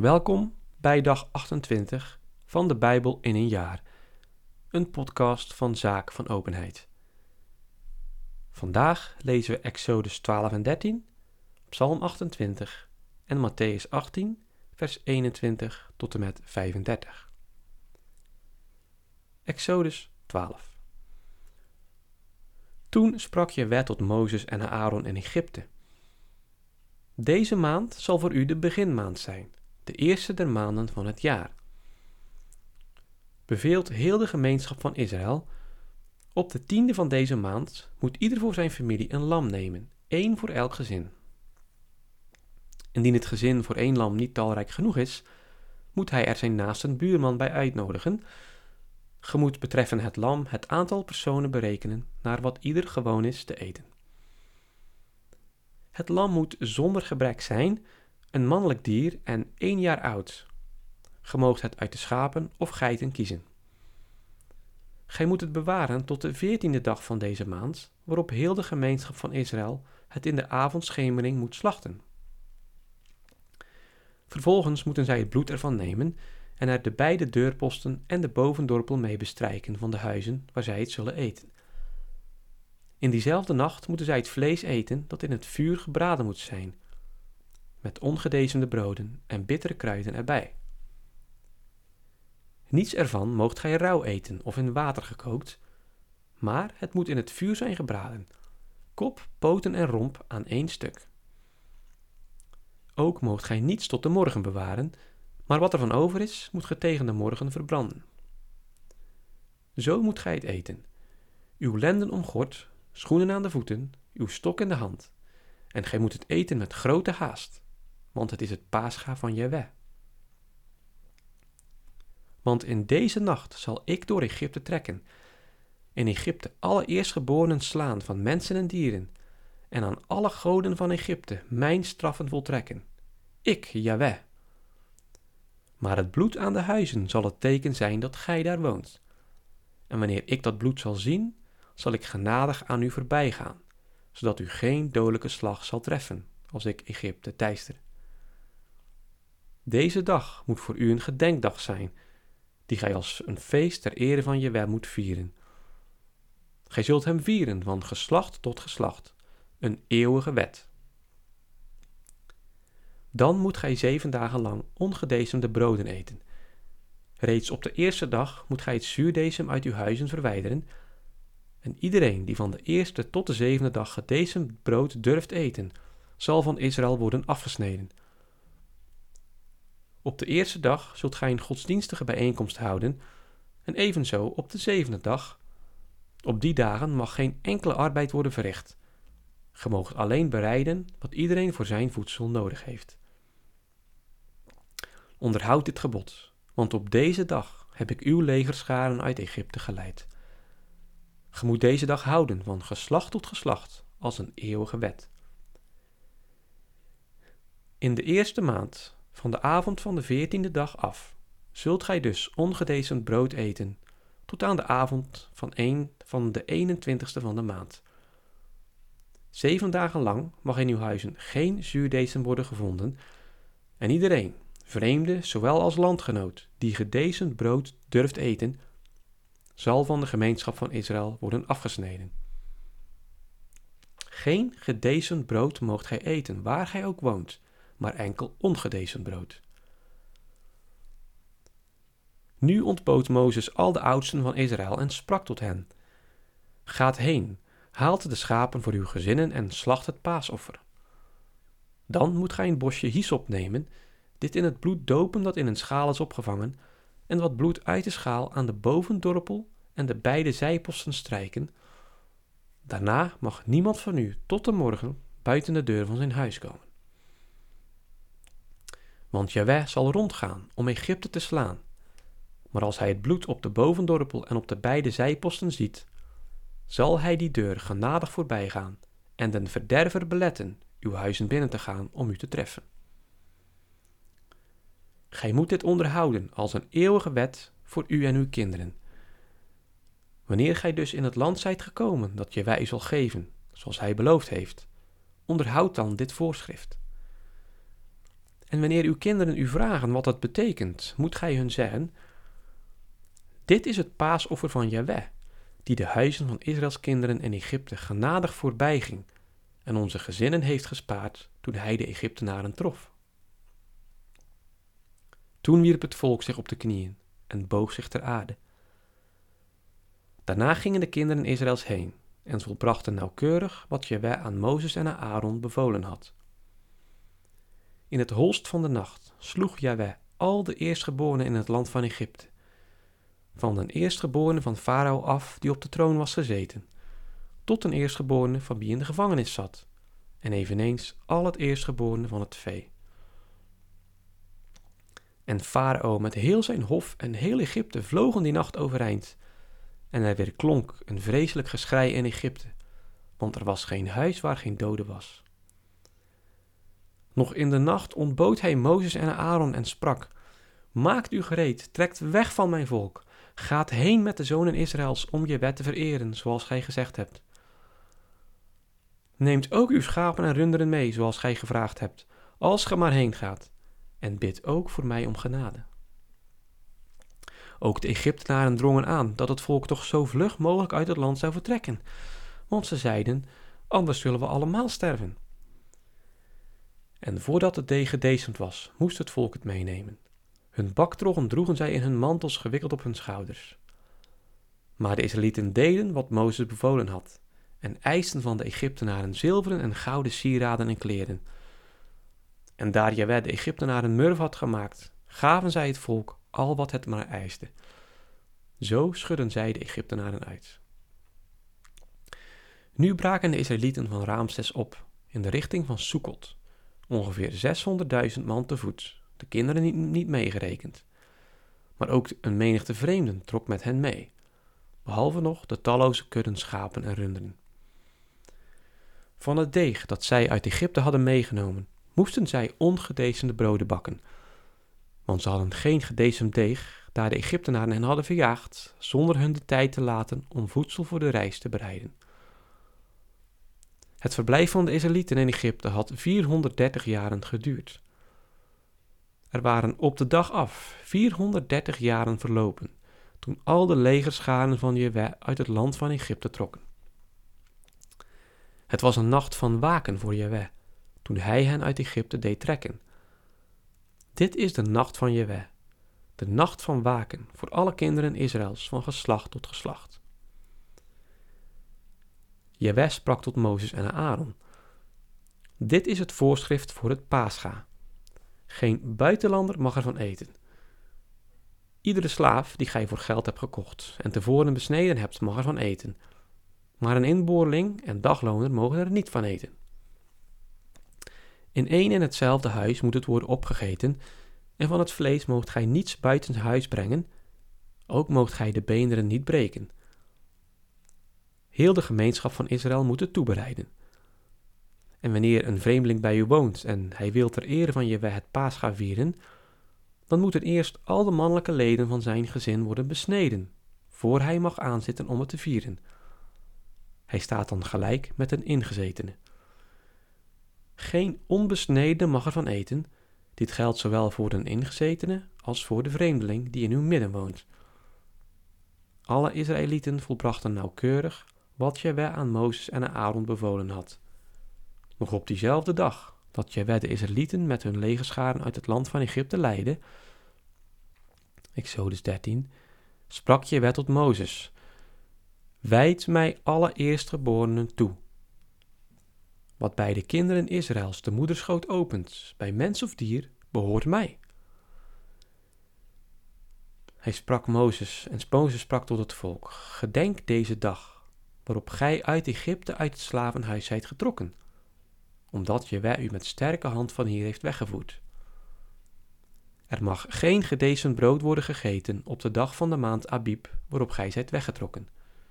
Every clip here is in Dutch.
Welkom bij dag 28 van de Bijbel in een jaar, een podcast van Zaak van Openheid. Vandaag lezen we Exodus 12 en 13, Psalm 28 en Mattheüs 18, vers 21 tot en met 35. Exodus 12. Toen sprak Jahweh tot Mozes en Aaron in Egypte. Deze maand zal voor u de beginmaand zijn, de eerste der maanden van het jaar. Beveelt heel de gemeenschap van Israël: op de 10e van deze maand moet ieder voor zijn familie een lam nemen, 1 voor elk gezin. Indien het gezin voor 1 lam niet talrijk genoeg is, moet hij er zijn naaste buurman bij uitnodigen. Ge moet betreffende het lam het aantal personen berekenen naar wat ieder gewoon is te eten. Het lam moet zonder gebrek zijn, een mannelijk dier en 1 jaar oud. Ge moogt het uit de schapen of geiten kiezen. Gij moet het bewaren tot de 14e dag van deze maand, waarop heel de gemeenschap van Israël het in de avondschemering moet slachten. Vervolgens moeten zij het bloed ervan nemen en er de beide deurposten en de bovendorpel mee bestrijken van de huizen waar zij het zullen eten. In diezelfde nacht moeten zij het vlees eten dat in het vuur gebraden moet zijn, met ongedezemde broden en bittere kruiden erbij. Niets ervan moogt gij rauw eten of in water gekookt, maar het moet in het vuur zijn gebraden, kop, poten en romp aan 1 stuk. Ook moogt gij niets tot de morgen bewaren, maar wat er van over is, moet ge tegen de morgen verbranden. Zo moet gij het eten: uw lenden omgord, schoenen aan de voeten, uw stok in de hand, en gij moet het eten met grote haast, want het is het Pascha van Jahweh. Want in deze nacht zal ik door Egypte trekken, in Egypte alle eerstgeborenen slaan van mensen en dieren, en aan alle goden van Egypte mijn straffen voltrekken. Ik, Jahweh. Maar het bloed aan de huizen zal het teken zijn dat gij daar woont. En wanneer ik dat bloed zal zien, zal ik genadig aan u voorbij gaan, zodat u geen dodelijke slag zal treffen, als ik Egypte teister. Deze dag moet voor u een gedenkdag zijn, die gij als een feest ter ere van Jahweh moet vieren. Gij zult hem vieren van geslacht tot geslacht, een eeuwige wet. Dan moet gij 7 dagen lang ongedezemde broden eten. Reeds op de eerste dag moet gij het zuurdesem uit uw huizen verwijderen, en iedereen die van de eerste tot de 7e dag gedezemd brood durft eten, zal van Israël worden afgesneden. Op de eerste dag zult gij een godsdienstige bijeenkomst houden, en evenzo op de 7e dag. Op die dagen mag geen enkele arbeid worden verricht. Ge moogt alleen bereiden wat iedereen voor zijn voedsel nodig heeft. Onderhoud dit gebod, want op deze dag heb ik uw legerscharen uit Egypte geleid. Ge moet deze dag houden van geslacht tot geslacht als een eeuwige wet. In de eerste maand, van de avond van de 14e dag af, zult gij dus ongedezemd brood eten, tot aan de avond van de 21ste van de maand. 7 dagen lang mag in uw huizen geen zuurdesem worden gevonden, en iedereen, vreemde zowel als landgenoot, die gedezemd brood durft eten, zal van de gemeenschap van Israël worden afgesneden. Geen gedezemd brood moogt gij eten, waar gij ook woont, maar enkel ongedezemd brood. Nu ontbood Mozes al de oudsten van Israël en sprak tot hen: Gaat heen, haalt de schapen voor uw gezinnen en slacht het paasoffer. Dan moet gij een bosje hyssop nemen, dit in het bloed dopen dat in een schaal is opgevangen, en wat bloed uit de schaal aan de bovendorpel en de beide zijposten strijken. Daarna mag niemand van u tot de morgen buiten de deur van zijn huis komen. Want Jahweh zal rondgaan om Egypte te slaan, maar als hij het bloed op de bovendorpel en op de beide zijposten ziet, zal hij die deur genadig voorbij gaan en den verderver beletten uw huizen binnen te gaan om u te treffen. Gij moet dit onderhouden als een eeuwige wet voor u en uw kinderen. Wanneer gij dus in het land zijt gekomen dat Jahweh u zal geven, zoals hij beloofd heeft, onderhoud dan dit voorschrift. En wanneer uw kinderen u vragen wat dat betekent, moet gij hun zeggen: dit is het paasoffer van Jahweh, die de huizen van Israëls kinderen in Egypte genadig voorbij ging en onze gezinnen heeft gespaard toen hij de Egyptenaren trof. Toen wierp het volk zich op de knieën en boog zich ter aarde. Daarna gingen de kinderen Israëls heen en ze volbrachten nauwkeurig wat Jahweh aan Mozes en aan Aaron bevolen had. In het holst van de nacht sloeg Jahweh al de eerstgeborenen in het land van Egypte, van den eerstgeborene van Farao af die op de troon was gezeten, tot den eerstgeborene van wie in de gevangenis zat, en eveneens al het eerstgeborene van het vee. En Farao met heel zijn hof en heel Egypte vlogen die nacht overeind, en er weerklonk een vreselijk geschrei in Egypte, want er was geen huis waar geen dode was. Nog in de nacht ontbood hij Mozes en Aaron en sprak: maakt u gereed, trekt weg van mijn volk, gaat heen met de zonen Israëls om je wet te vereren, zoals gij gezegd hebt. Neemt ook uw schapen en runderen mee, zoals gij gevraagd hebt, als ge maar heen gaat, en bid ook voor mij om genade. Ook de Egyptenaren drongen aan dat het volk toch zo vlug mogelijk uit het land zou vertrekken, want ze zeiden: anders zullen we allemaal sterven. En voordat het gedecemd was, moest het volk het meenemen. Hun baktroggen droegen zij in hun mantels gewikkeld op hun schouders. Maar de Israëlieten deden wat Mozes bevolen had en eisten van de Egyptenaren zilveren en gouden sieraden en kleren. En daar Jahweh de Egyptenaren murf had gemaakt, gaven zij het volk al wat het maar eiste. Zo schudden zij de Egyptenaren uit. Nu braken de Israëlieten van Raamses op in de richting van Sukkot, ongeveer 600.000 man te voet, de kinderen niet meegerekend. Maar ook een menigte vreemden trok met hen mee, behalve nog de talloze kudden schapen en runderen. Van het deeg dat zij uit Egypte hadden meegenomen, moesten zij ongedecemde broden bakken, want ze hadden geen gedecemd deeg, daar de Egyptenaren hen hadden verjaagd, zonder hun de tijd te laten om voedsel voor de reis te bereiden. Het verblijf van de Israëlieten in Egypte had 430 jaren geduurd. Er waren op de dag af 430 jaren verlopen, toen al de legerscharen van Jahweh uit het land van Egypte trokken. Het was een nacht van waken voor Jahweh, toen hij hen uit Egypte deed trekken. Dit is de nacht van Jahweh, de nacht van waken voor alle kinderen Israëls van geslacht tot geslacht. Jahweh sprak tot Mozes en Aaron: dit is het voorschrift voor het Pascha. Geen buitenlander mag ervan eten. Iedere slaaf die gij voor geld hebt gekocht en tevoren besneden hebt, mag ervan eten. Maar een inboorling en dagloner mogen er niet van eten. In één en hetzelfde huis moet het worden opgegeten, en van het vlees moogt gij niets buiten huis brengen, ook moogt gij de beenderen niet breken. Heel de gemeenschap van Israël moet het toebereiden. En wanneer een vreemdeling bij u woont en hij wil ter ere van Jahweh het Pascha vieren, dan moeten eerst al de mannelijke leden van zijn gezin worden besneden, voor hij mag aanzitten om het te vieren. Hij staat dan gelijk met een ingezetene. Geen onbesneden mag ervan eten. Dit geldt zowel voor een ingezetene als voor de vreemdeling die in uw midden woont. Alle Israëlieten volbrachten nauwkeurig wat Jahweh aan Mozes en aan Aaron bevolen had. Nog op diezelfde dag dat Jahweh de Israëlieten met hun legerscharen uit het land van Egypte leidde, Exodus 13, sprak Jahweh tot Mozes: wijd mij alle eerstgeborenen toe. Wat bij de kinderen Israëls de moederschoot opent, bij mens of dier, behoort mij. Hij sprak Mozes en Mozes sprak tot het volk: gedenk deze dag, waarop gij uit Egypte uit het slavenhuis zijt getrokken, omdat Jahweh u met sterke hand van hier heeft weggevoerd. Er mag geen gedecemd brood worden gegeten op de dag van de maand Abib, waarop gij zijt weggetrokken.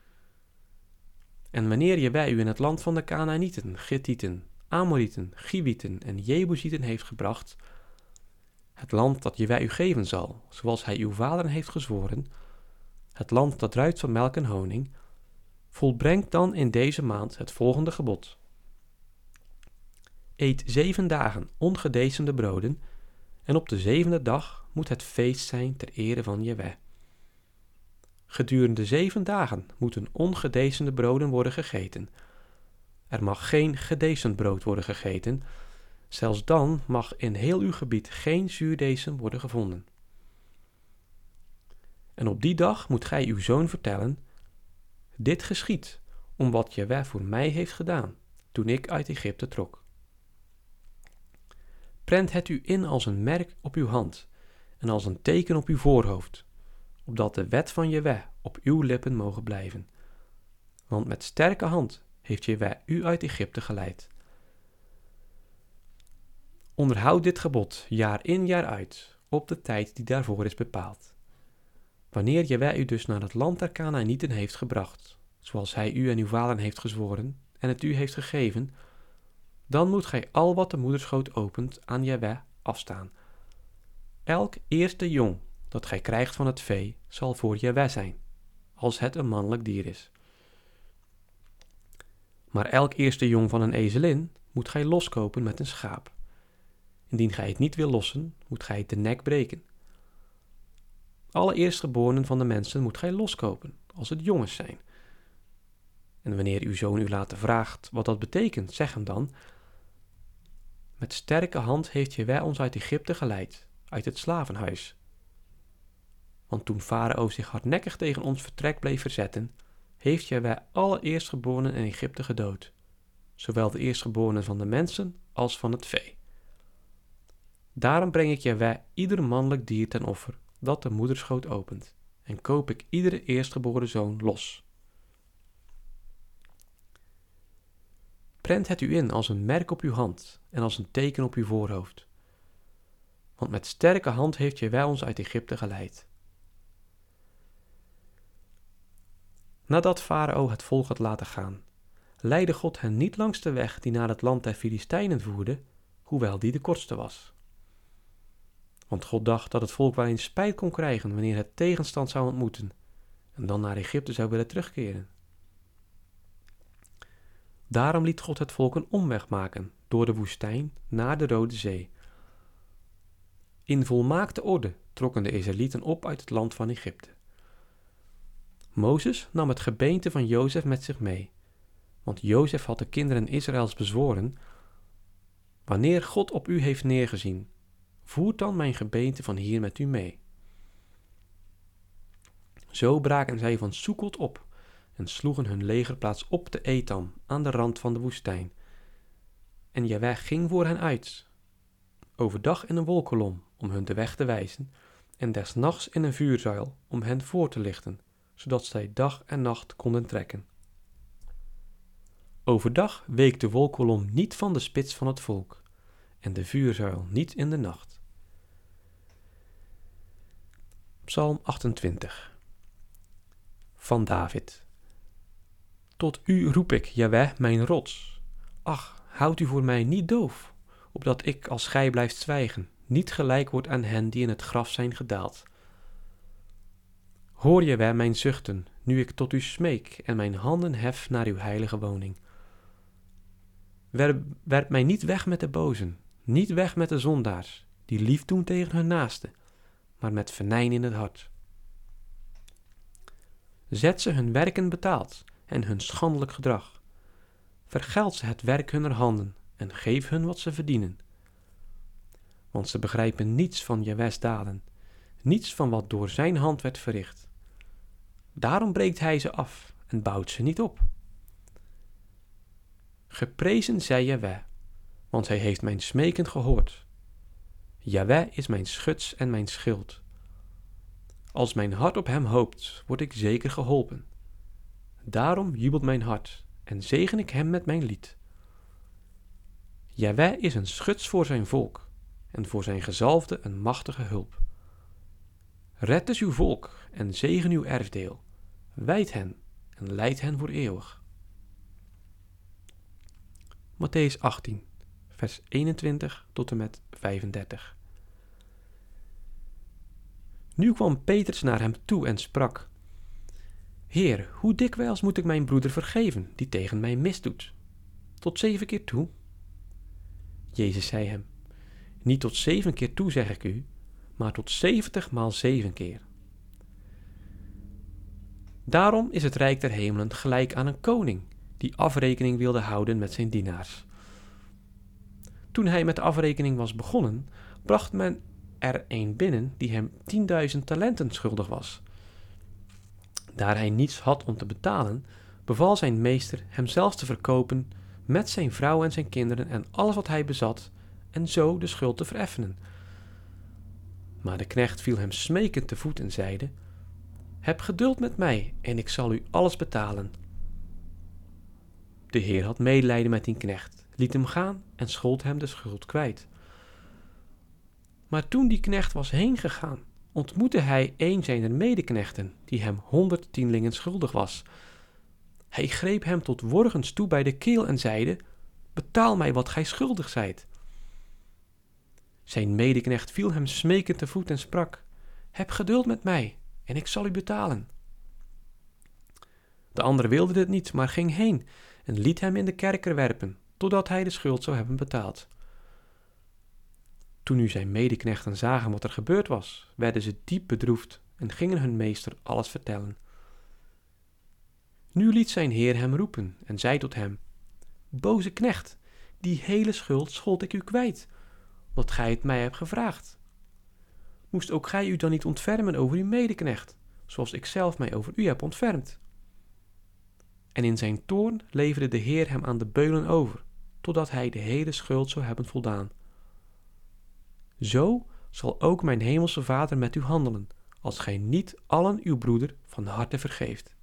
En wanneer Jahweh u in het land van de Kanaanieten, Gittieten, Amorieten, Gibieten en Jebusieten heeft gebracht, het land dat Jahweh u geven zal, zoals hij uw vaderen heeft gezworen, het land dat druipt van melk en honing, volbrengt dan in deze maand het volgende gebod. Eet 7 dagen ongedecemde broden En op de 7e dag moet het feest zijn ter ere van Jahweh. Gedurende 7 dagen moeten ongedecemde broden worden gegeten. Er mag geen gedecemd brood worden gegeten. Zelfs dan mag in heel uw gebied geen zuurdesem worden gevonden. En op die dag moet gij uw zoon vertellen: dit geschiedt om wat Jahweh voor mij heeft gedaan toen ik uit Egypte trok. Prent het u in als een merk op uw hand en als een teken op uw voorhoofd, opdat de wet van Jahweh op uw lippen mogen blijven. Want met sterke hand heeft Jahweh u uit Egypte geleid. Onderhoud dit gebod jaar in jaar uit, op de tijd die daarvoor is bepaald. Wanneer Jahweh u dus naar het land der Kanaanieten heeft gebracht, zoals hij u en uw vaderen heeft gezworen en het u heeft gegeven, dan moet gij al wat de moederschoot opent aan Jahweh afstaan. Elk eerste jong dat gij krijgt van het vee zal voor Jahweh zijn, als het een mannelijk dier is. Maar elk eerste jong van een ezelin moet gij loskopen met een schaap. Indien gij het niet wil lossen, moet gij het de nek breken. Alle eerstgeborenen van de mensen moet gij loskopen, als het jongens zijn. En wanneer uw zoon u later vraagt wat dat betekent, zeg hem dan: met sterke hand heeft Jahweh ons uit Egypte geleid, uit het slavenhuis. Want toen Farao zich hardnekkig tegen ons vertrek bleef verzetten, heeft Jahweh alle eerstgeborenen in Egypte gedood, zowel de eerstgeborenen van de mensen als van het vee. Daarom breng ik Jahweh ieder mannelijk dier ten offer dat de moederschoot opent, en koop ik iedere eerstgeboren zoon los. Prent het u in als een merk op uw hand en als een teken op uw voorhoofd. Want met sterke hand heeft Jahweh ons uit Egypte geleid. Nadat Farao het volk had laten gaan, leidde God hen niet langs de weg die naar het land der Filistijnen voerde, hoewel die de kortste was. Want God dacht dat het volk wel eens spijt kon krijgen wanneer het tegenstand zou ontmoeten en dan naar Egypte zou willen terugkeren. Daarom liet God het volk een omweg maken door de woestijn naar de Rode Zee. In volmaakte orde trokken de Israëlieten op uit het land van Egypte. Mozes nam het gebeente van Jozef met zich mee, want Jozef had de kinderen Israëls bezworen: wanneer God op u heeft neergezien, voert dan mijn gebeente van hier met u mee. Zo braken zij van Soekot op en sloegen hun legerplaats op te Etam aan de rand van de woestijn. En Jahweh ging voor hen uit, overdag in een wolkolom om hun de weg te wijzen, en des nachts in een vuurzuil om hen voor te lichten, zodat zij dag en nacht konden trekken. Overdag week de wolkolom niet van de spits van het volk, en de vuurzuil niet in de nacht. Psalm 28 van David. Tot u roep ik, Jahweh, mijn rots. Ach, houd u voor mij niet doof, opdat ik, als gij blijft zwijgen, niet gelijk word aan hen die in het graf zijn gedaald. Hoor Jahweh mijn zuchten, nu ik tot u smeek en mijn handen hef naar uw heilige woning. Werp mij niet weg met de bozen, niet weg met de zondaars, die lief doen tegen hun naaste, maar met venijn in het hart. Zet ze hun werken betaald en hun schandelijk gedrag. Vergeld ze het werk hunner handen en geef hun wat ze verdienen. Want ze begrijpen niets van Jahweh's daden, niets van wat door zijn hand werd verricht. Daarom breekt hij ze af en bouwt ze niet op. Geprezen zij Jahweh, want hij heeft mijn smeken gehoord. Jahweh is mijn schuts en mijn schild. Als mijn hart op hem hoopt, word ik zeker geholpen. Daarom jubelt mijn hart en zegen ik hem met mijn lied. Jahweh is een schuts voor zijn volk en voor zijn gezalfde een machtige hulp. Red dus uw volk en zegen uw erfdeel. Wijd hen en leid hen voor eeuwig. Mattheüs 18, vers 21 tot en met 35. Nu kwam Petrus naar hem toe en sprak: Heer, hoe dikwijls moet ik mijn broeder vergeven, die tegen mij misdoet? Tot 7 keer toe? Jezus zei hem: Niet tot 7 keer toe, zeg ik u, maar tot 70 maal 7 keer. Daarom is het rijk der hemelen gelijk aan een koning die afrekening wilde houden met zijn dienaars. Toen hij met de afrekening was begonnen, bracht men er een binnen die hem 10.000 talenten schuldig was. Daar hij niets had om te betalen, beval zijn meester hem zelfs te verkopen met zijn vrouw en zijn kinderen en alles wat hij bezat, en zo de schuld te vereffenen. Maar de knecht viel hem smekend te voet en zeide: heb geduld met mij en ik zal u alles betalen. De Heer had medelijden met die knecht, liet hem gaan en schold hem de schuld kwijt. Maar toen die knecht was heengegaan, ontmoette hij een zijner medeknechten, die hem 100 tienlingen schuldig was. Hij greep hem tot worgens toe bij de keel en zeide: betaal mij wat gij schuldig zijt. Zijn medeknecht viel hem smekend te voet en sprak: heb geduld met mij en ik zal u betalen. De ander wilde dit niet, maar ging heen en liet hem in de kerker werpen, totdat hij de schuld zou hebben betaald. Toen nu zijn medeknechten zagen wat er gebeurd was, werden ze diep bedroefd en gingen hun meester alles vertellen. Nu liet zijn heer hem roepen en zei tot hem: boze knecht, die hele schuld schold ik u kwijt, omdat gij het mij hebt gevraagd. Moest ook gij u dan niet ontfermen over uw medeknecht, zoals ik zelf mij over u heb ontfermd? En in zijn toorn leverde de Heer hem aan de beulen over, totdat hij de hele schuld zou hebben voldaan. Zo zal ook mijn hemelse Vader met u handelen, als gij niet allen uw broeder van harte vergeeft.